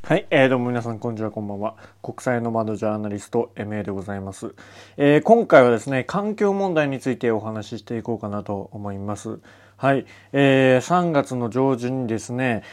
はい、どうも皆さんこんにちは、こんばんは。国際ノマドジャーナリスト MA でございます。今回はですね、環境問題についてお話ししていこうかなと思います。はい、3月の上旬にですね、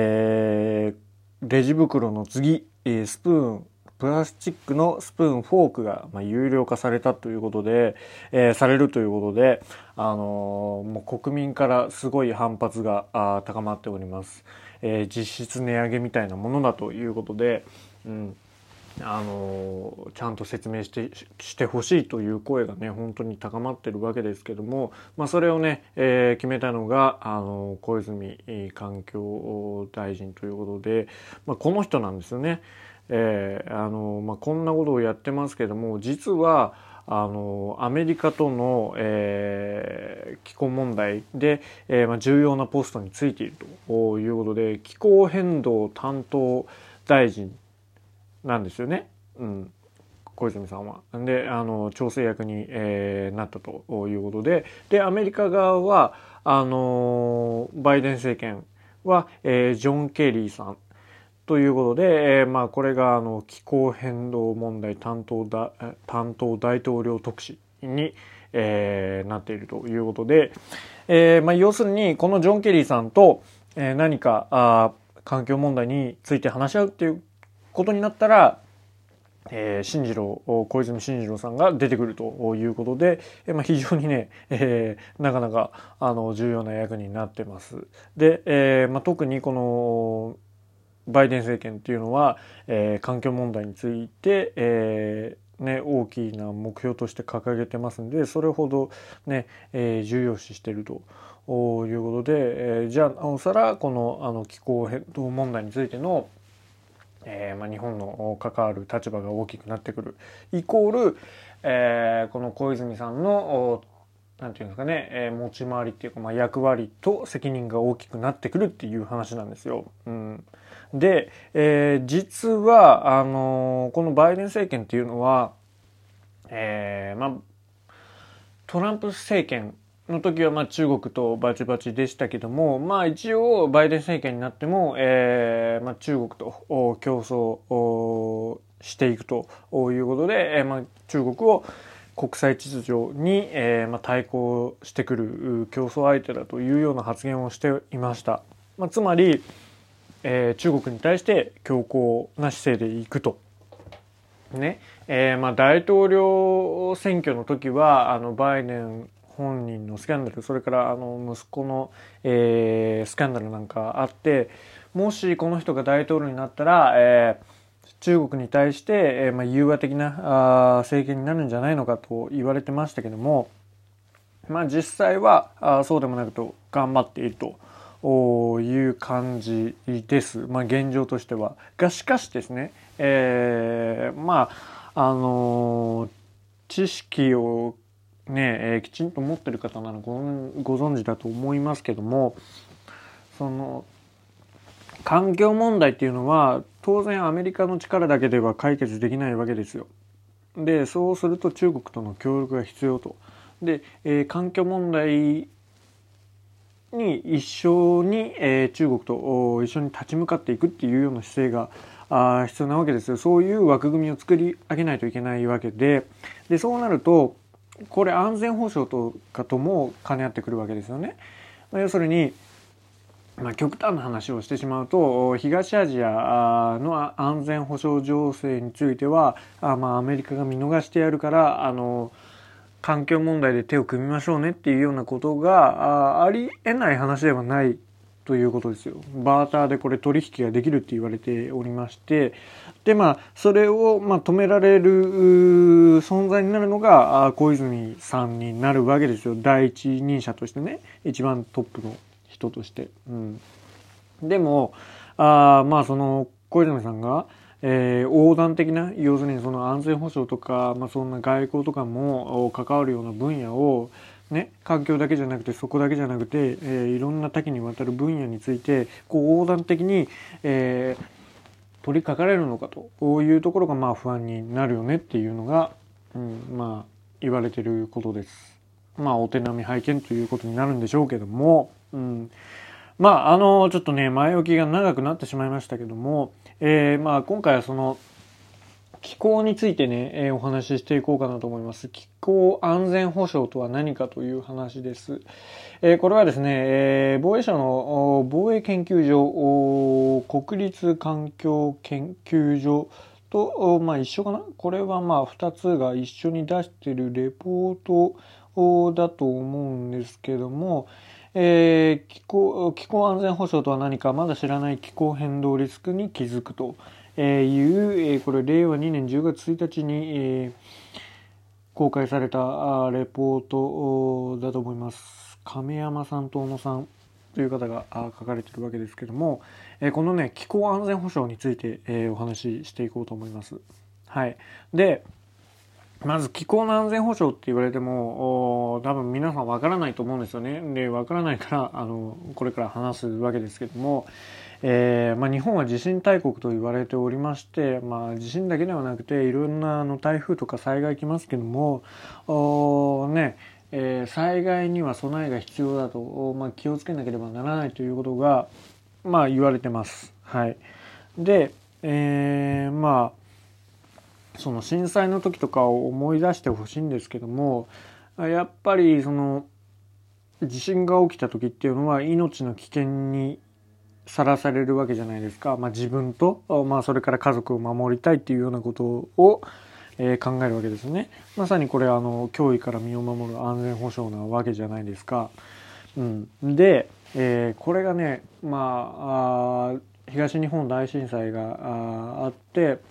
レジ袋の次、スプーン、プラスチックのスプーン、フォークが、有料化されたということで、されるということで、もう国民からすごい反発が高まっております。実質値上げみたいなものだということで、ちゃんと説明してほしいという声がね本当に高まってるわけですけども、それをね、決めたのが小泉環境大臣ということで、この人なんですよね。こんなことをやってますけども、実はアメリカとの、気候問題で、重要なポストについているということで、気候変動担当大臣なんですよね。小泉さんは。で、調整役に、なったということで、アメリカ側は、バイデン政権は、ジョン・ケリーさんということで、これが気候変動問題担当大統領特使に、なっているということで、要するにこのジョン・ケリーさんと、何か環境問題について話し合うっていうことになったら、小泉進次郎さんが出てくるということで、非常にね、なかなか重要な役になってます。で、特にこのバイデン政権っていうのは、環境問題について、大きな目標として掲げてますんで、それほどね、重要視しているということで、じゃあなおさらこの気候変動問題についての日本の関わる立場が大きくなってくるイコール、この小泉さんのなんていうんですかね、持ち回りっていうか、役割と責任が大きくなってくるっていう話なんですよ。で、実はこのバイデン政権っていうのは、トランプ政権の時は中国とバチバチでしたけども、一応バイデン政権になっても、中国と競争していくということで、中国を国際秩序に、対抗してくる競争相手だというような発言をしていました。つまり、中国に対して強硬な姿勢でいくと。ね、大統領選挙の時はバイデン本人のスキャンダル、それから息子の、スキャンダルなんかあって、もしこの人が大統領になったら、中国に対して、融和的な政権になるんじゃないのかと言われてましたけども、実際はそうでもなくと頑張っているという感じです。現状としては。しかしですね、知識をね、きちんと持っている方ならご存知だと思いますけども、その環境問題っていうのは当然アメリカの力だけでは解決できないわけですよ。で、そうすると中国との協力が必要と。で、環境問題に一緒に、中国と一緒に立ち向かっていくっていうような姿勢が必要なわけですよ。そういう枠組みを作り上げないといけないわけで、そうなるとこれ安全保障とかとも兼ね合ってくるわけですよね。要するに、極端な話をしてしまうと、東アジアの安全保障情勢についてはアメリカが見逃してやるから、環境問題で手を組みましょうねっていうようなことがありえない話ではないということですよ。バーターでこれ取引ができるって言われておりまして、でそれを止められる存在になるのが小泉さんになるわけですよ。第一人者としてね、一番トップの人として。でもその小泉さんが横断的な、要するにその安全保障とか、そんな外交とかも関わるような分野をね、環境だけじゃなくてそこだけじゃなくて、いろんな多岐にわたる分野について横断的に、取り掛かれるのかというところが不安になるよねっていうのが、言われていることです。お手並み拝見ということになるんでしょうけども、 ちょっとね、前置きが長くなってしまいましたけども、今回はその、気候についてね、お話ししていこうかなと思います。気候安全保障とは何かという話です。これはですね、防衛省の防衛研究所、国立環境研究所と、一緒かな。これは2つが一緒に出しているレポートだと思うんですけども、気候安全保障とは何か、まだ知らない気候変動リスクに気づくという、これ令和2年10月1日に、公開されたレポートだと思います。亀山さんと小野さんという方が書かれているわけですけども、このね、気候安全保障について、お話ししていこうと思います。はい。で、まず気候の安全保障って言われても多分皆さんわからないと思うんですよね。で、わからないからこれから話すわけですけども、日本は地震大国と言われておりまして、地震だけではなくていろんな台風とか災害来ますけども、災害には備えが必要だと、気をつけなければならないということが言われてます。はい。で、その震災の時とかを思い出してほしいんですけども、やっぱりその地震が起きた時っていうのは命の危険にさらされるわけじゃないですか。自分と、それから家族を守りたいっていうようなことを、考えるわけですね。まさにこれ脅威から身を守る安全保障なわけじゃないですか。で、これがね、東日本大震災があって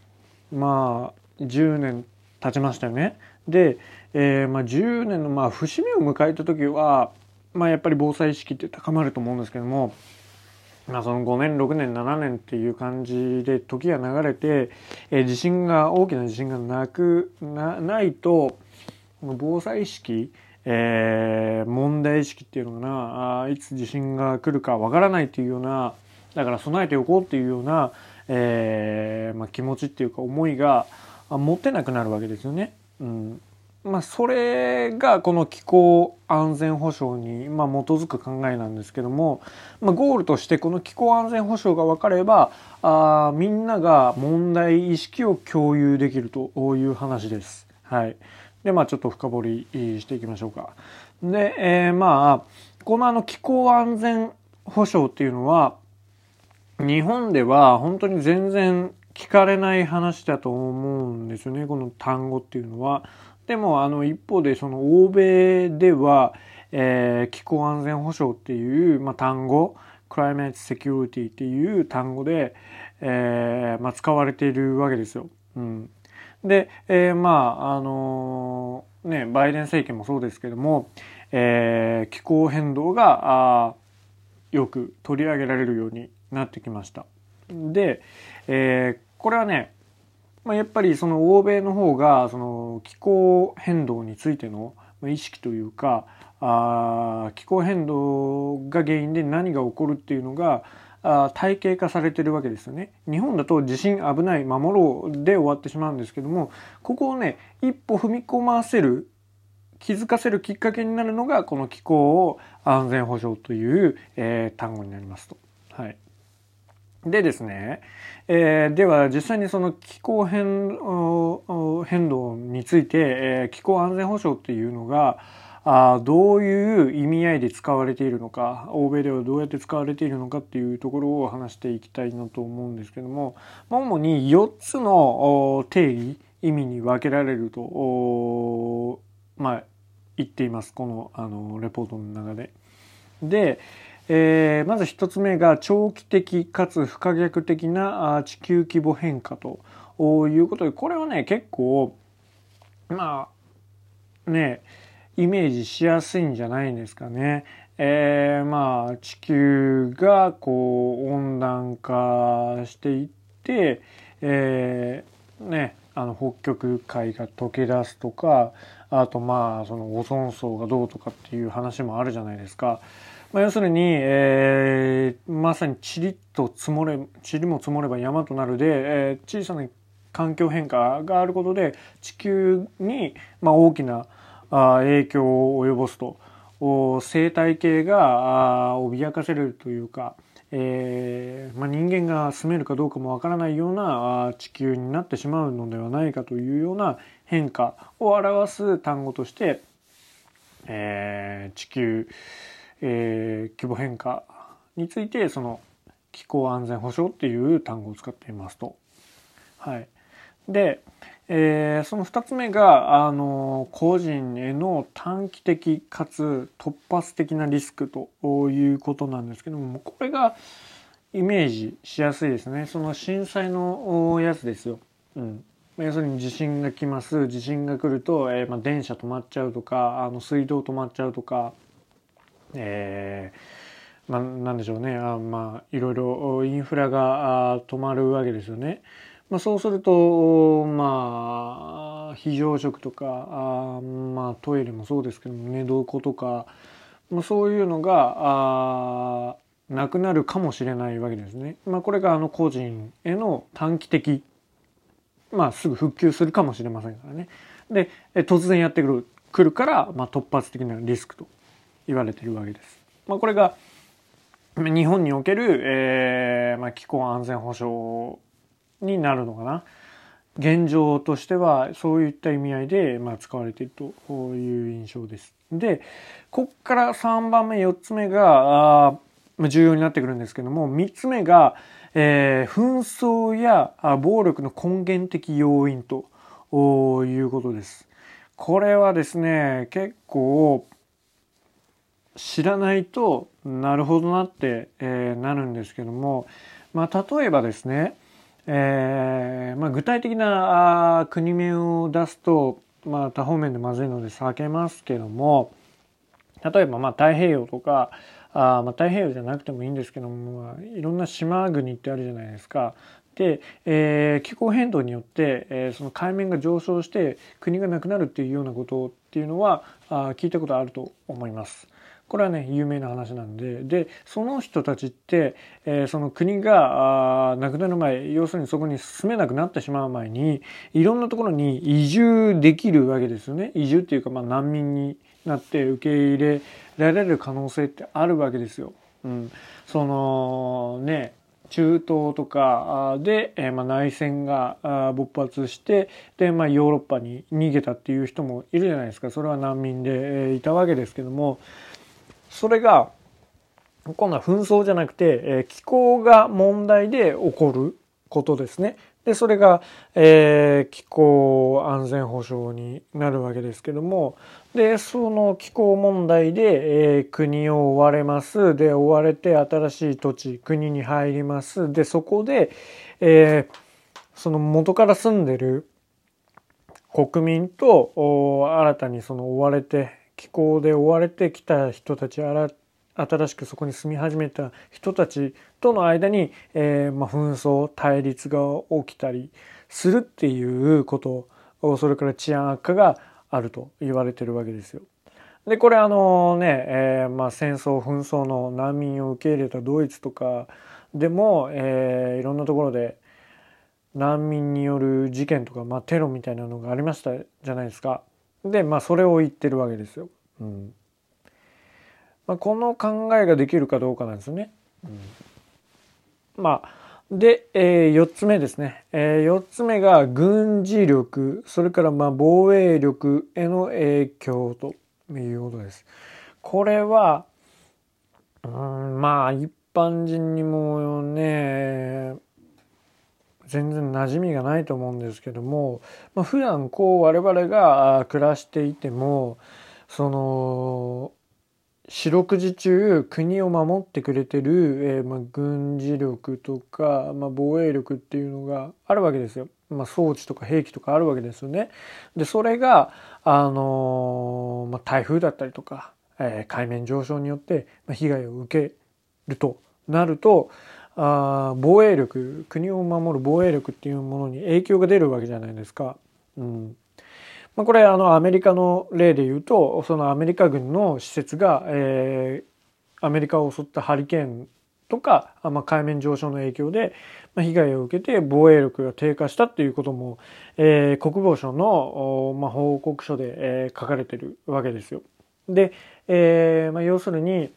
10年経ちましたよね。で、10年の節目を迎えた時は、やっぱり防災意識って高まると思うんですけども、その5年6年7年っていう感じで時が流れて、大きな地震がないと防災意識、問題意識っていうのかな、いつ地震が来るかわからないっていうような、だから備えておこうっていうような、気持ちっていうか思いが持てなくなるわけですよね。それがこの気候安全保障に基づく考えなんですけども、ゴールとしてこの気候安全保障が分かればみんなが問題意識を共有できるという話です。はい。でちょっと深掘りしていきましょうか。で、この気候安全保障っていうのは日本では本当に全然聞かれない話だと思うんですよね、この単語っていうのは。でも一方でその欧米では、気候安全保障っていう、単語、Climate Security っていう単語で、使われているわけですよ。で、バイデン政権もそうですけども、気候変動がよく取り上げられるようになってきました。で、これはね、やっぱりその欧米の方がその気候変動についての意識というか、気候変動が原因で何が起こるっていうのが体系化されてるわけですよね。日本だと地震危ない守ろうで終わってしまうんですけども、ここをね一歩踏み込ませる、気づかせるきっかけになるのがこの気候安全保障という、単語になりますと。はい。でですね、では実際にその気候変動について、気候安全保障っていうのがどういう意味合いで使われているのか、欧米ではどうやって使われているのかっていうところを話していきたいなと思うんですけども、主に4つの定義、意味に分けられると言っています、このレポートの中で。で、まず一つ目が長期的かつ不可逆的な地球規模変化ということで、これはね結構イメージしやすいんじゃないんですかね。地球が温暖化していって、北極海が溶け出すとか、あとそのオゾン層がどうとかっていう話もあるじゃないですか。要するに、まさに塵も積もれば山となるで、小さな環境変化があることで地球に大きな影響を及ぼすと生態系が脅かされるというか、人間が住めるかどうかもわからないような地球になってしまうのではないかというような変化を表す単語として、地球、規模変化についてその気候安全保障っていう単語を使っていますと。はい。で、その2つ目が個人への短期的かつ突発的なリスクということなんですけども、これがイメージしやすいですね。その震災のやつですよ。要するに地震が来ます。地震が来ると、電車止まっちゃうとか、水道止まっちゃうとか、なんでしょうね。いろいろインフラが止まるわけですよね。そうすると、非常食とか、トイレもそうですけども、寝床とか、そういうのが、なくなるかもしれないわけですね。これが個人への短期的、すぐ復旧するかもしれませんからね。で、突然やってくるから、突発的なリスクと言われているわけです。これが、日本における、気候安全保障になるのかな。現状としてはそういった意味合いで、使われているという印象です。で、ここから3番目、4つ目が重要になってくるんですけども、3つ目が、紛争や暴力の根源的要因ということです。これはですね、結構知らないとなるほどなって、なるんですけども、例えばですね、具体的な国名を出すと、多方面でまずいので避けますけども、例えば太平洋とか、太平洋じゃなくてもいいんですけども、いろんな島国ってあるじゃないですか。で、気候変動によって、その海面が上昇して国がなくなるっていうようなことっていうのは聞いたことあると思います。これはね、有名な話なんで、その人たちって、その国がなくなる前、要するにそこに住めなくなってしまう前に、いろんなところに移住できるわけですよね。移住っていうか、難民になって受け入れられる可能性ってあるわけですよ。そのね、中東とかで、内戦が勃発して、で、ヨーロッパに逃げたっていう人もいるじゃないですか。それは難民で、いたわけですけども、それが今度は紛争じゃなくて、気候が問題で起こることですね。で、それが、気候安全保障になるわけですけども、で、その気候問題で、国を追われます。で、追われて新しい土地、国に入ります。で、そこで、その元から住んでる国民と、新たにその追われて、気候で追われてきた人たち、新しくそこに住み始めた人たちとの間に、紛争、対立が起きたりするっていうこと、それから治安悪化があると言われてるわけですよ。で、これ戦争、紛争の難民を受け入れたドイツとかでも、いろんなところで難民による事件とか、テロみたいなのがありましたじゃないですか。で、それを言ってるわけですよ。この考えができるかどうかなんですよね。で、4つ目ですね。4つ目が軍事力、それから防衛力への影響ということです。これは、一般人にもね、全然馴染みがないと思うんですけども、普段我々が暮らしていても、その四六時中国を守ってくれてる、軍事力とか、防衛力っていうのがあるわけですよ。装置とか兵器とかあるわけですよね。で、それが台風だったりとか、海面上昇によって、被害を受けるとなると、防衛力、国を守る防衛力っていうものに影響が出るわけじゃないですか。これアメリカの例で言うと、そのアメリカ軍の施設が、アメリカを襲ったハリケーンとか、海面上昇の影響で、被害を受けて防衛力が低下したっていうことも、国防省の、報告書で、書かれてるわけですよ。 で、要するに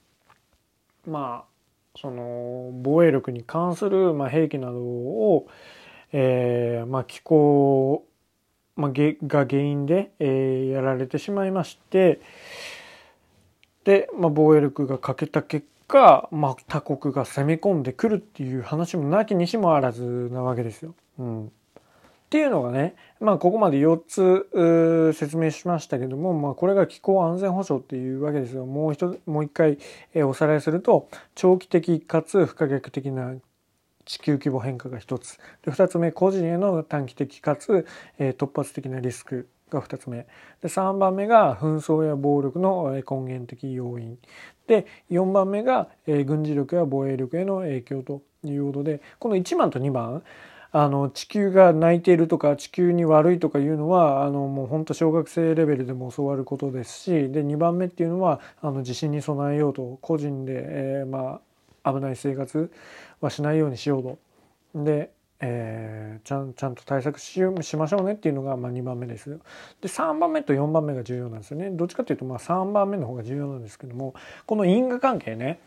その防衛力に関する、兵器などを、気候、が原因で、やられてしまいまして、で、防衛力が欠けた結果、他国が攻め込んでくるっていう話もなきにしもあらずなわけですよ。っていうのがね、ここまで4つ説明しましたけども、これが気候安全保障っていうわけですよ。もう一回、おさらいすると、長期的かつ不可逆的な地球規模変化が1つ。で、2つ目、個人への短期的かつ、突発的なリスクが2つ目。で、3番目が紛争や暴力の根源的要因。で、4番目が、軍事力や防衛力への影響ということで、この1番と2番、地球が泣いているとか地球に悪いとかいうのはもう本当小学生レベルでも教わることですし、で2番目っていうのは地震に備えようと個人で、危ない生活はしないようにしようとで、ちゃんと対策しましょうねっていうのが2番目です。で3番目と4番目が重要なんですよね。どっちかというと3番目の方が重要なんですけども、この因果関係ね、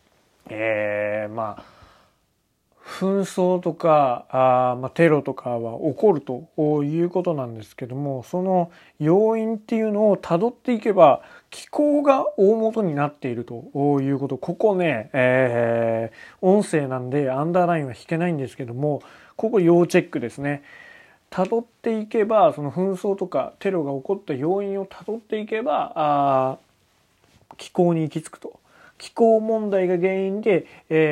紛争とかテロとかは起こるということなんですけども、その要因っていうのをたどっていけば気候が大元になっているということ。ここね、音声なんでアンダーラインは引けないんですけども、ここ要チェックですね。たどっていけば、その紛争とかテロが起こった要因をたどっていけば気候に行き着くと。気候問題が原因で、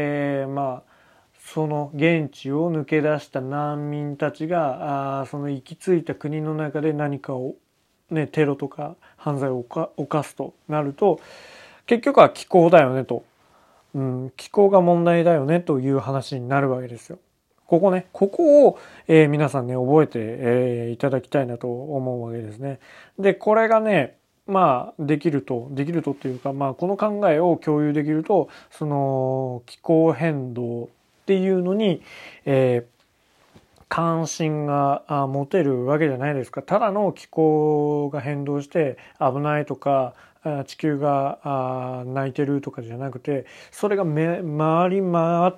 その現地を抜け出した難民たちがその行き着いた国の中で何かを、テロとか犯罪を犯すとなると、結局は気候だよねと、気候が問題だよねという話になるわけですよ。ここを、皆さんね覚えて、いただきたいなと思うわけですね。でこれがねできるとっていうか、この考えを共有できると、その気候変動っていうのに、関心が持てるわけじゃないですか。ただの気候が変動して危ないとか地球が泣いてるとかじゃなくて、それが回り回って、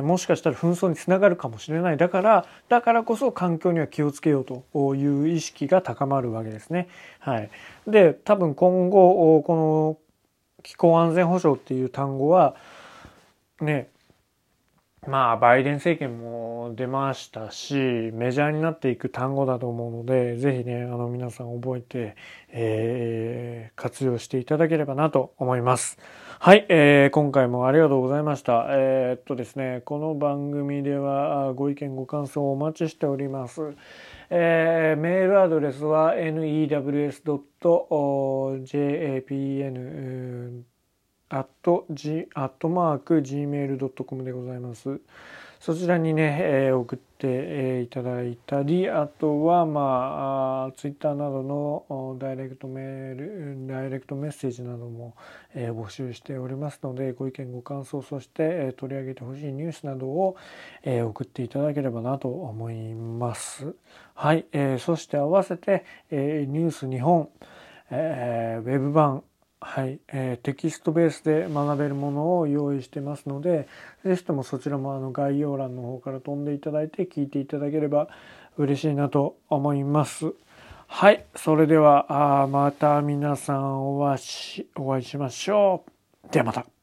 もしかしたら紛争につながるかもしれない。だからこそ環境には気をつけようという意識が高まるわけですね。はい。で、多分今後この気候安全保障っていう単語はね、バイデン政権も出ましたし、メジャーになっていく単語だと思うので、ぜひね、皆さん覚えて、活用していただければなと思います。はい、今回もありがとうございました。ですね、この番組ではご意見ご感想をお待ちしております。メールアドレスは news.japan@gmail.com でございます。そちらにね、送っていただいたり、あとはツイッターなどのダイレクトメッセージなども募集しておりますので、ご意見ご感想、そして取り上げてほしいニュースなどを送っていただければなと思います。はい、そして合わせてニュース日本ウェブ版、はい、テキストベースで学べるものを用意してますので、ぜひともそちらも概要欄の方から飛んでいただいて聞いていただければ嬉しいなと思います。はい、それではまた皆さんお会いしましょう。ではまた。